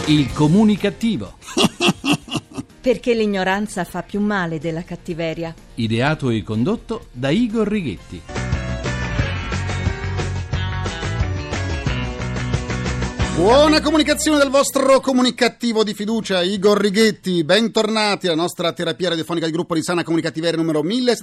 Il comunicativo. Perché l'ignoranza fa più male della cattiveria. Ideato e condotto da Igor Righetti. Buona comunicazione del vostro comunicativo di fiducia, Igor Righetti. Bentornati alla nostra terapia radiofonica di gruppo di Sana Comunicativeria numero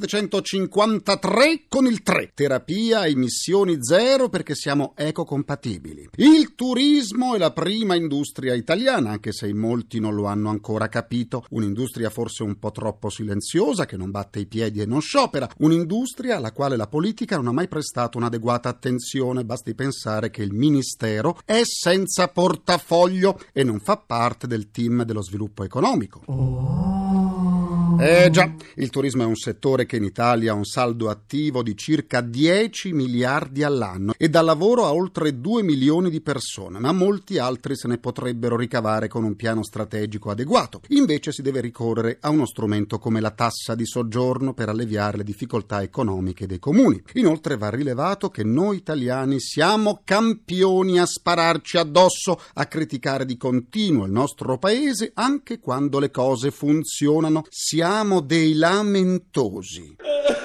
1753 con il 3. Terapia a emissioni zero perché siamo ecocompatibili. Il turismo è la prima industria italiana, anche se in molti non lo hanno ancora capito. Un'industria forse un po' troppo silenziosa, che non batte i piedi e non sciopera. Un'industria alla quale la politica non ha mai prestato un'adeguata attenzione. Basti pensare che il Ministero è senza portafoglio e non fa parte del team dello sviluppo economico. Già, il turismo è un settore che in Italia ha un saldo attivo di circa 10 miliardi all'anno e dà lavoro a oltre 2 milioni di persone, ma molti altri se ne potrebbero ricavare con un piano strategico adeguato. Invece si deve ricorrere a uno strumento come la tassa di soggiorno per alleviare le difficoltà economiche dei comuni. Inoltre va rilevato che noi italiani siamo campioni a spararci addosso, a criticare di continuo il nostro paese anche quando le cose funzionano. Siamo dei lamentosi.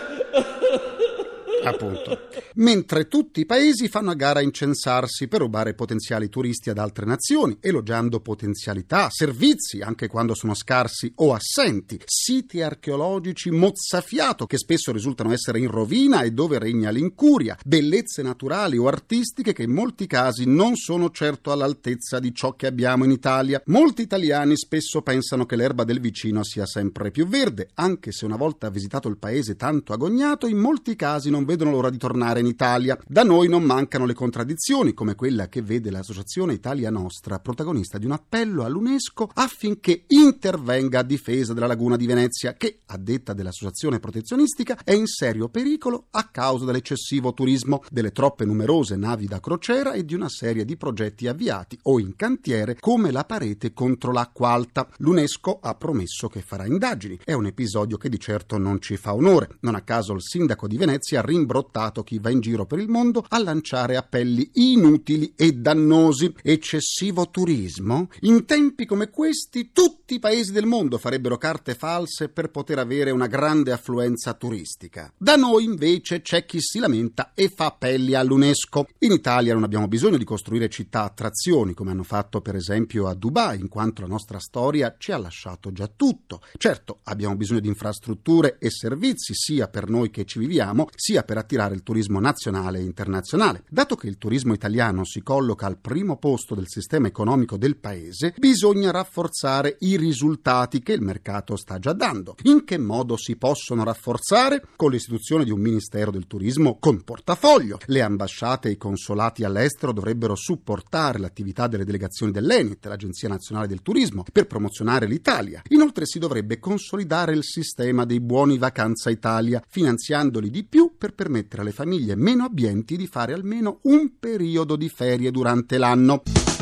Appunto. Mentre tutti i paesi fanno a gara a incensarsi per rubare potenziali turisti ad altre nazioni, elogiando potenzialità, servizi, anche quando sono scarsi o assenti, siti archeologici mozzafiato che spesso risultano essere in rovina e dove regna l'incuria, bellezze naturali o artistiche che in molti casi non sono certo all'altezza di ciò che abbiamo in Italia. Molti italiani spesso pensano che l'erba del vicino sia sempre più verde, anche se una volta visitato il paese tanto agognato, in molti casi non vedono l'ora di tornare in Italia. Da noi non mancano le contraddizioni, come quella che vede l'Associazione Italia Nostra protagonista di un appello all'UNESCO affinché intervenga a difesa della laguna di Venezia, che, a detta dell'associazione protezionistica, è in serio pericolo a causa dell'eccessivo turismo, delle troppe numerose navi da crociera e di una serie di progetti avviati o in cantiere come la parete contro l'acqua alta. L'UNESCO ha promesso che farà indagini. È un episodio che di certo non ci fa onore. Non a caso il sindaco di Venezia ha rimbrottato chi va in giro per il mondo a lanciare appelli inutili e dannosi. Eccessivo turismo? In tempi come questi tutti i paesi del mondo farebbero carte false per poter avere una grande affluenza turistica. Da noi invece c'è chi si lamenta e fa appelli all'UNESCO. In Italia non abbiamo bisogno di costruire città attrazioni come hanno fatto per esempio a Dubai, in quanto la nostra storia ci ha lasciato già tutto. Certo, abbiamo bisogno di infrastrutture e servizi sia per noi che ci viviamo, sia per attirare il turismo nazionale e internazionale. Dato che il turismo italiano si colloca al primo posto del sistema economico del paese, bisogna rafforzare i risultati che il mercato sta già dando. In che modo si possono rafforzare? Con l'istituzione di un Ministero del Turismo con portafoglio. Le ambasciate e i consolati all'estero dovrebbero supportare l'attività delle delegazioni dell'ENIT, l'Agenzia Nazionale del Turismo, per promozionare l'Italia. Inoltre si dovrebbe consolidare il sistema dei buoni Vacanza Italia, finanziandoli di più per permettere alle famiglie meno abbienti di fare almeno un periodo di ferie durante l'anno.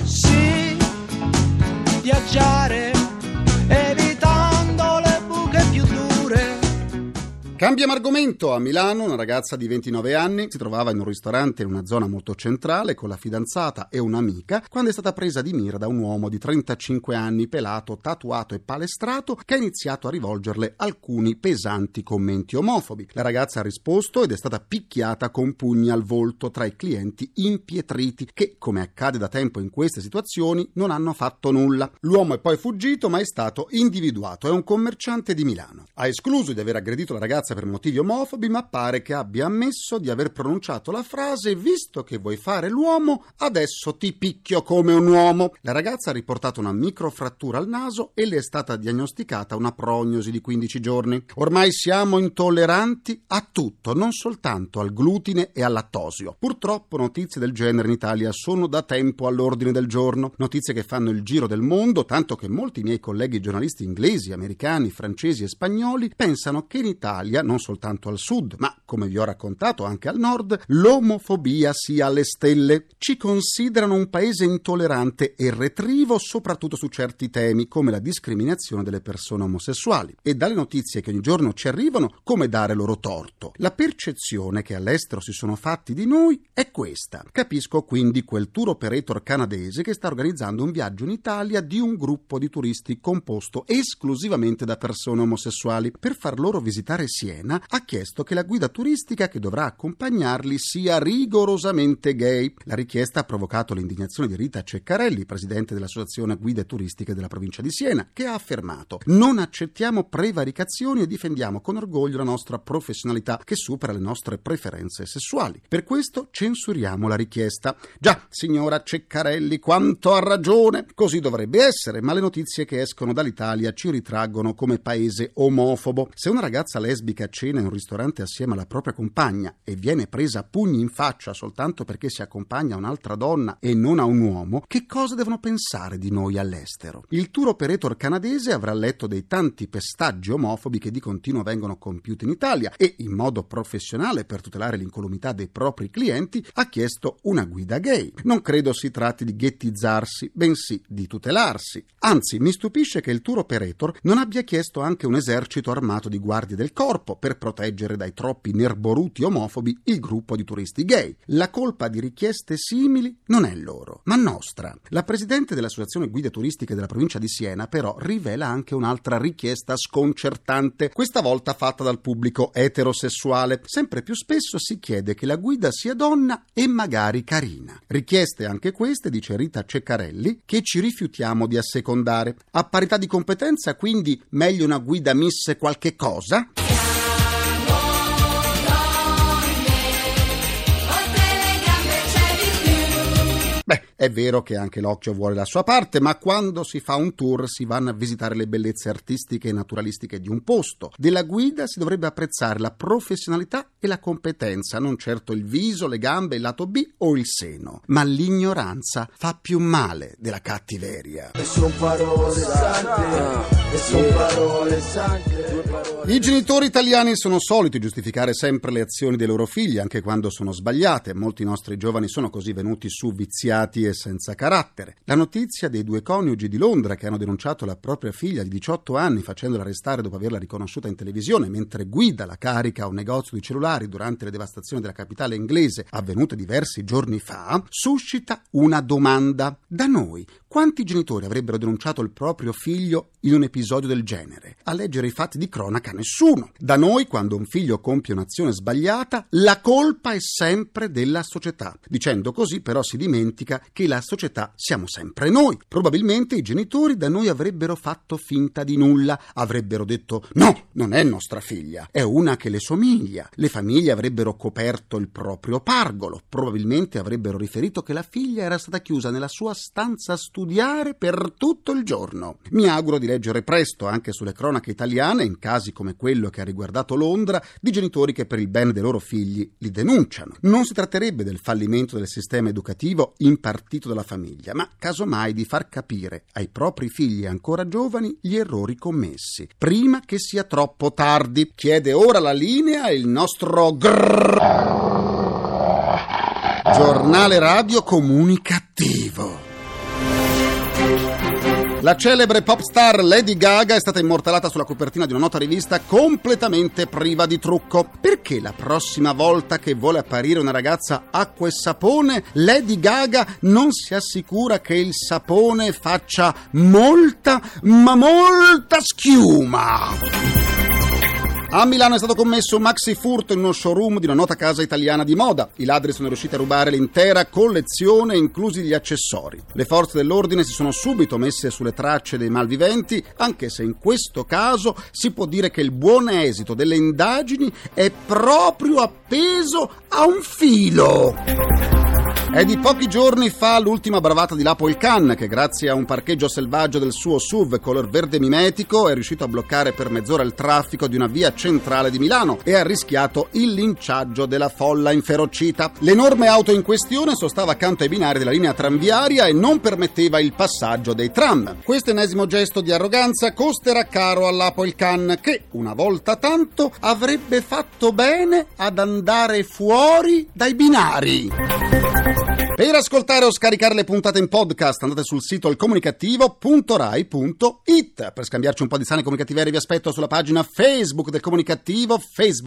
Sì, viaggiare evitando le buche più dure. Cambiamo argomento. A Milano una ragazza di 29 anni si trovava in un ristorante in una zona molto centrale con la fidanzata e un'amica quando è stata presa di mira da un uomo di 35 anni, pelato, tatuato e palestrato, che ha iniziato a rivolgerle alcuni pesanti commenti omofobi. La ragazza ha risposto ed è stata picchiata con pugni al volto tra i clienti impietriti che, come accade da tempo in queste situazioni, non hanno fatto nulla. L'uomo è poi fuggito ma è stato individuato. È un commerciante di Milano. Ha escluso di aver aggredito la ragazza per motivi omofobi, ma pare che abbia ammesso di aver pronunciato la frase: visto che vuoi fare l'uomo, adesso ti picchio come un uomo. La ragazza ha riportato una microfrattura al naso e le è stata diagnosticata una prognosi di 15 giorni. Ormai siamo intolleranti a tutto, non soltanto al glutine e al lattosio. Purtroppo notizie del genere in Italia sono da tempo all'ordine del giorno, notizie che fanno il giro del mondo, tanto che molti miei colleghi giornalisti inglesi, americani, francesi e spagnoli pensano che in Italia Italia, non soltanto al sud, ma come vi ho raccontato anche al nord, l'omofobia sia alle stelle. Ci considerano un paese intollerante e retrivo soprattutto su certi temi come la discriminazione delle persone omosessuali, e dalle notizie che ogni giorno ci arrivano come dare loro torto. La percezione che all'estero si sono fatti di noi è questa. Capisco quindi quel tour operator canadese che sta organizzando un viaggio in Italia di un gruppo di turisti composto esclusivamente da persone omosessuali. Per far loro visitare Siena ha chiesto che la guida turistica che dovrà accompagnarli sia rigorosamente gay. La richiesta ha provocato l'indignazione di Rita Ceccarelli, presidente dell'Associazione Guide Turistiche della provincia di Siena, che ha affermato: non accettiamo prevaricazioni e difendiamo con orgoglio la nostra professionalità che supera le nostre preferenze sessuali. Per questo censuriamo la richiesta. Già, signora Ceccarelli, quanto ha ragione! Così dovrebbe essere, ma le notizie che escono dall'Italia ci ritraggono come paese omofobo. Se una ragazza lesbica cena in un ristorante assieme alla propria compagna e viene presa a pugni in faccia soltanto perché si accompagna a un'altra donna e non a un uomo, che cosa devono pensare di noi all'estero? Il tour operator canadese avrà letto dei tanti pestaggi omofobi che di continuo vengono compiuti in Italia e, in modo professionale, per tutelare l'incolumità dei propri clienti, ha chiesto una guida gay. Non credo si tratti di ghettizzarsi, bensì di tutelarsi. Anzi, mi stupisce che il tour operator non abbia chiesto anche un esercito armato di guardie del corpo per proteggere dai troppi nerboruti omofobi il gruppo di turisti gay. La colpa di richieste simili non è loro, ma nostra. La presidente dell'Associazione Guide Turistiche della provincia di Siena però rivela anche un'altra richiesta sconcertante, questa volta fatta dal pubblico eterosessuale. Sempre più spesso si chiede che la guida sia donna e magari carina. Richieste anche queste, dice Rita Ceccarelli, che ci rifiutiamo di assecondare. A parità di competenza, quindi, meglio una guida miss qualche cosa? Beh, è vero che anche l'occhio vuole la sua parte, ma quando si fa un tour si vanno a visitare le bellezze artistiche e naturalistiche di un posto. Della guida si dovrebbe apprezzare la professionalità e la competenza, non certo il viso, le gambe, il lato B o il seno. Ma l'ignoranza fa più male della cattiveria. I genitori italiani sono soliti giustificare sempre le azioni dei loro figli, anche quando sono sbagliate. Molti nostri giovani sono così venuti su viziati e senza carattere. La notizia dei due coniugi di Londra che hanno denunciato la propria figlia di 18 anni facendola arrestare dopo averla riconosciuta in televisione mentre guida la carica a un negozio di cellulari durante le devastazioni della capitale inglese avvenute diversi giorni fa, suscita una domanda. Da noi, quanti genitori avrebbero denunciato il proprio figlio in un episodio del genere? A leggere i fatti di cronaca nessuno. Da noi, quando un figlio compie un'azione sbagliata, la colpa è sempre della società. Dicendo così però si dimentica che la società siamo sempre noi. Probabilmente i genitori da noi avrebbero fatto finta di nulla, avrebbero detto no, non è nostra figlia, è una che le somiglia. Le famiglie avrebbero coperto il proprio pargolo, probabilmente avrebbero riferito che la figlia era stata chiusa nella sua stanza a studiare per tutto il giorno. Mi auguro di leggere presto anche sulle cronache italiane, in casi come quello che ha riguardato Londra, di genitori che per il bene dei loro figli li denunciano. Non si tratterebbe del fallimento del sistema educativo impartito dalla famiglia, ma casomai di far capire ai propri figli ancora giovani gli errori commessi, prima che sia troppo tardi. Chiede ora la linea il nostro giornale radio comunicativo. La celebre pop star Lady Gaga è stata immortalata sulla copertina di una nota rivista completamente priva di trucco. Perché la prossima volta che vuole apparire una ragazza acqua e sapone, Lady Gaga non si assicura che il sapone faccia molta, ma molta schiuma? A Milano è stato commesso un maxi furto in uno showroom di una nota casa italiana di moda. I ladri sono riusciti a rubare l'intera collezione, inclusi gli accessori. Le forze dell'ordine si sono subito messe sulle tracce dei malviventi, anche se in questo caso si può dire che il buon esito delle indagini è proprio appeso a un filo. È di pochi giorni fa l'ultima bravata di Lapo il Can, che grazie a un parcheggio selvaggio del suo SUV color verde mimetico è riuscito a bloccare per mezz'ora il traffico di una via centrale di Milano e ha rischiato il linciaggio della folla inferocita. L'enorme auto in questione sostava accanto ai binari della linea tranviaria e non permetteva il passaggio dei tram. Questo ennesimo gesto di arroganza costerà caro a Lapo il Can, che una volta tanto avrebbe fatto bene ad andare fuori dai binari. Per ascoltare o scaricare le puntate in podcast andate sul sito ilcomunicativo.rai.it. Per scambiarci un po' di sane comunicativerie vi aspetto sulla pagina Facebook del Comunicativo,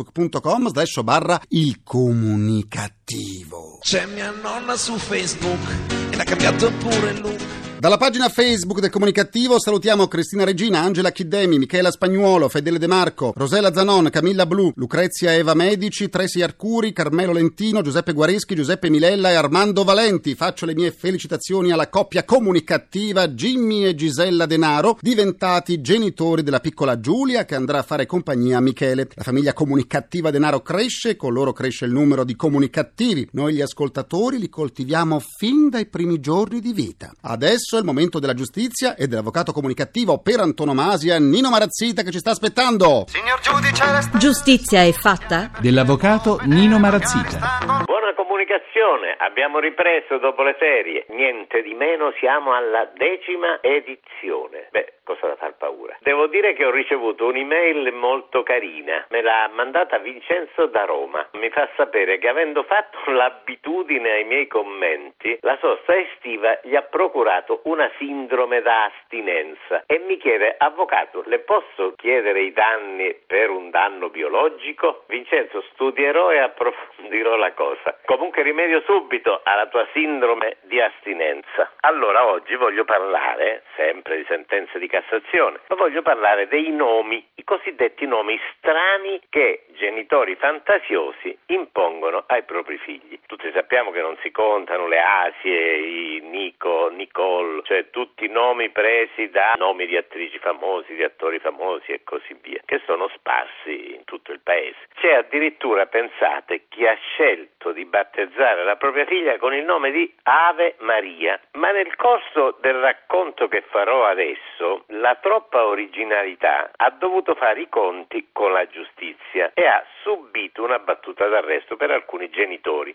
facebook.com/ilcomunicativo. C'è mia nonna su Facebook e l'ha cambiato pure il look. Dalla pagina Facebook del Comunicativo salutiamo Cristina Regina, Angela Chiddemi, Michela Spagnuolo, Fedele De Marco, Rosella Zanon, Camilla Blu, Lucrezia Eva Medici, Tresi Arcuri, Carmelo Lentino, Giuseppe Guareschi, Giuseppe Milella e Armando Valenti. Faccio le mie felicitazioni alla coppia comunicativa Jimmy e Gisella Denaro, diventati genitori della piccola Giulia che andrà a fare compagnia a Michele. La famiglia comunicativa Denaro cresce, con loro cresce il numero di comunicativi. Noi gli ascoltatori li coltiviamo fin dai primi giorni di vita. Adesso è il momento della giustizia e dell'avvocato comunicativo per antonomasia Nino Marazzita che ci sta aspettando. Signor giudice, Giustizia è fatta? Dell'avvocato Nino Marazzita. Buona comunicazione, abbiamo ripreso dopo le ferie, niente di meno, siamo alla 10ª edizione. Cosa da far paura? Devo dire che ho ricevuto un'email molto carina, me l'ha mandata Vincenzo da Roma. Mi fa sapere che avendo fatto l'abitudine ai miei commenti, la sosta estiva gli ha procurato una sindrome da astinenza e mi chiede: avvocato, le posso chiedere i danni per un danno biologico? Vincenzo, studierò e approfondirò la cosa. Comunque rimedio subito alla tua sindrome di astinenza. Allora oggi voglio parlare sempre di sentenze di Cassazione, ma voglio parlare dei nomi, i cosiddetti nomi strani che genitori fantasiosi impongono ai propri figli. Tutti sappiamo che non si contano le Asie, i Nico, Nicole, cioè tutti nomi presi da nomi di attrici famosi, di attori famosi e così via, che sono sparsi in tutto il paese. C'è addirittura, pensate, chi ha scelto di battezzare la propria figlia con il nome di Ave Maria, ma nel corso del racconto che farò adesso la troppa originalità ha dovuto fare i conti con la giustizia e ha subito una battuta d'arresto per alcuni genitori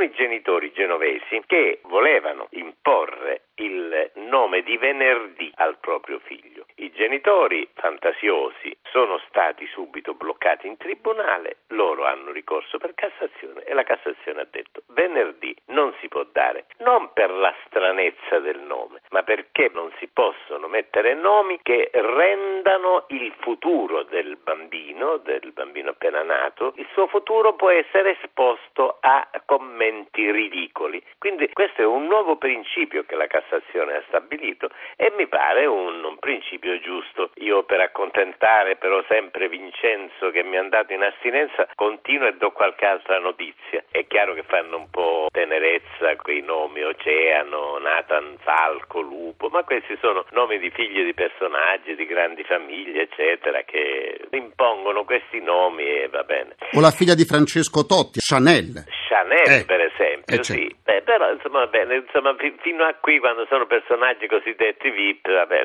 genovesi che volevano imporre il nome di Venerdì al proprio figlio. I genitori fantasiosi sono stati subito bloccati in tribunale, loro hanno ricorso per Cassazione e la Cassazione ha detto: Venerdì non si può dare, non per la stranezza del nome, ma perché non si possono mettere nomi che rendano il futuro del bambino appena nato, il suo futuro può essere esposto a commenti ridicoli. Quindi questo è un nuovo principio che la Cassazione ha stabilito e mi pare un principio giusto. Io, per accontentare però sempre Vincenzo che mi è andato in astinenza, continuo e do qualche altra notizia. È chiaro che fanno un po' tenerezza quei nomi: Oceano, Nathan, Falco, Lupo, ma questi sono nomi di figli di personaggi, di grandi famiglie, eccetera, che impongono questi nomi e va bene. O la figlia di Francesco Totti, Chanel per esempio, sì. Però insomma, va bene, fino a qui, quando sono personaggi cosiddetti VIP,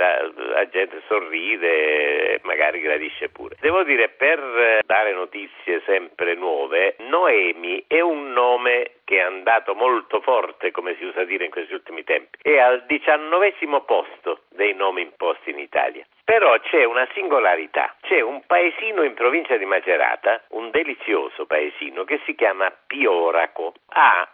la gente sorride e magari gradisce pure. Devo dire, per dare notizie sempre nuove, Noemi è un nome che è andato molto forte, come si usa dire in questi ultimi tempi. È al 19° posto dei nomi imposti in Italia. Però c'è una singolarità, c'è un paesino in provincia di Macerata, un delizioso paesino che si chiama Pioraco, ha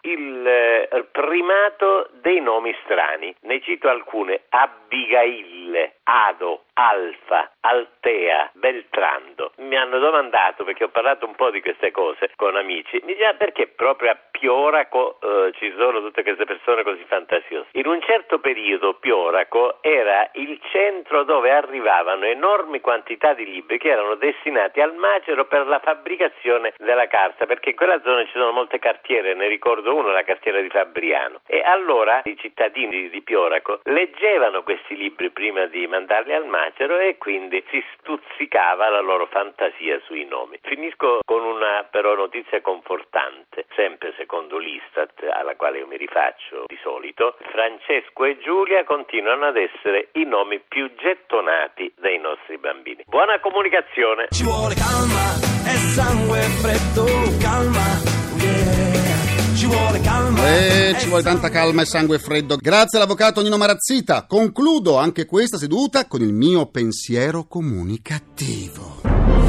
il primato dei nomi strani, ne cito alcune: Abigaille, Ado, Alfa, Altea, Beltrando. Mi hanno domandato, perché ho parlato un po' di queste cose con amici, mi dice: perché proprio a Pioraco ci sono tutte queste persone così fantasiose? In un certo periodo Pioraco era il centro dove arrivavano enormi quantità di libri che erano destinati al macero per la fabbricazione della carta, perché in quella zona ci sono molte cartiere, ne ricordo una, la cartiera di Fabriano, e allora i cittadini di Pioraco leggevano questi libri prima di mandarli al macero e quindi si stuzzicava la loro fantasia sui nomi. Finisco con una però notizia confortante, sempre secondo l'Istat, alla quale io mi rifaccio di solito. Francesco e Giulia continuano ad essere i nomi più gettonati dai nostri bambini. Buona comunicazione! Ci vuole calma e sangue freddo, calma, yeah. Ci vuole calma. Ci vuole tanta calma e sangue freddo. Grazie all'avvocato Nino Marazzita. Concludo anche questa seduta con il mio pensiero comunicativo.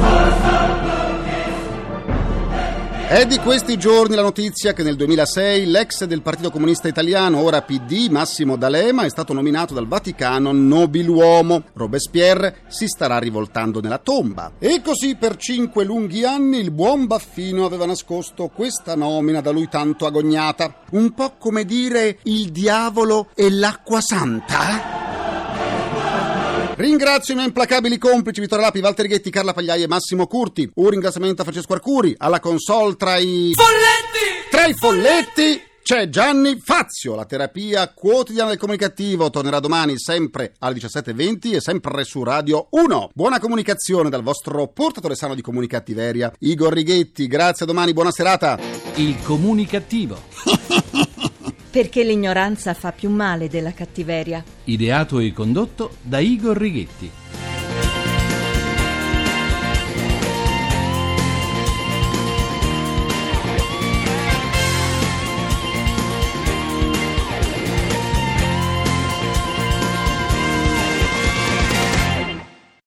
È di questi giorni la notizia che nel 2006 l'ex del Partito Comunista Italiano, ora PD, Massimo D'Alema, è stato nominato dal Vaticano nobiluomo. Robespierre si starà rivoltando nella tomba. E così per 5 lunghi anni il buon Baffino aveva nascosto questa nomina da lui tanto agognata. Un po' come dire il diavolo e l'acqua santa? Ringrazio i miei implacabili complici Vittorio Lapi, Walter Ghetti, Carla Pagliai e Massimo Curti. Un ringraziamento a Francesco Arcuri. Alla console tra i folletti c'è Gianni Fazio. La terapia quotidiana del comunicativo tornerà domani sempre alle 17:20 e sempre su Radio 1. Buona comunicazione dal vostro portatore sano di comunicattiveria, Igor Righetti. Grazie, a domani, buona serata. Il comunicativo. Perché l'ignoranza fa più male della cattiveria. Ideato e condotto da Igor Righetti.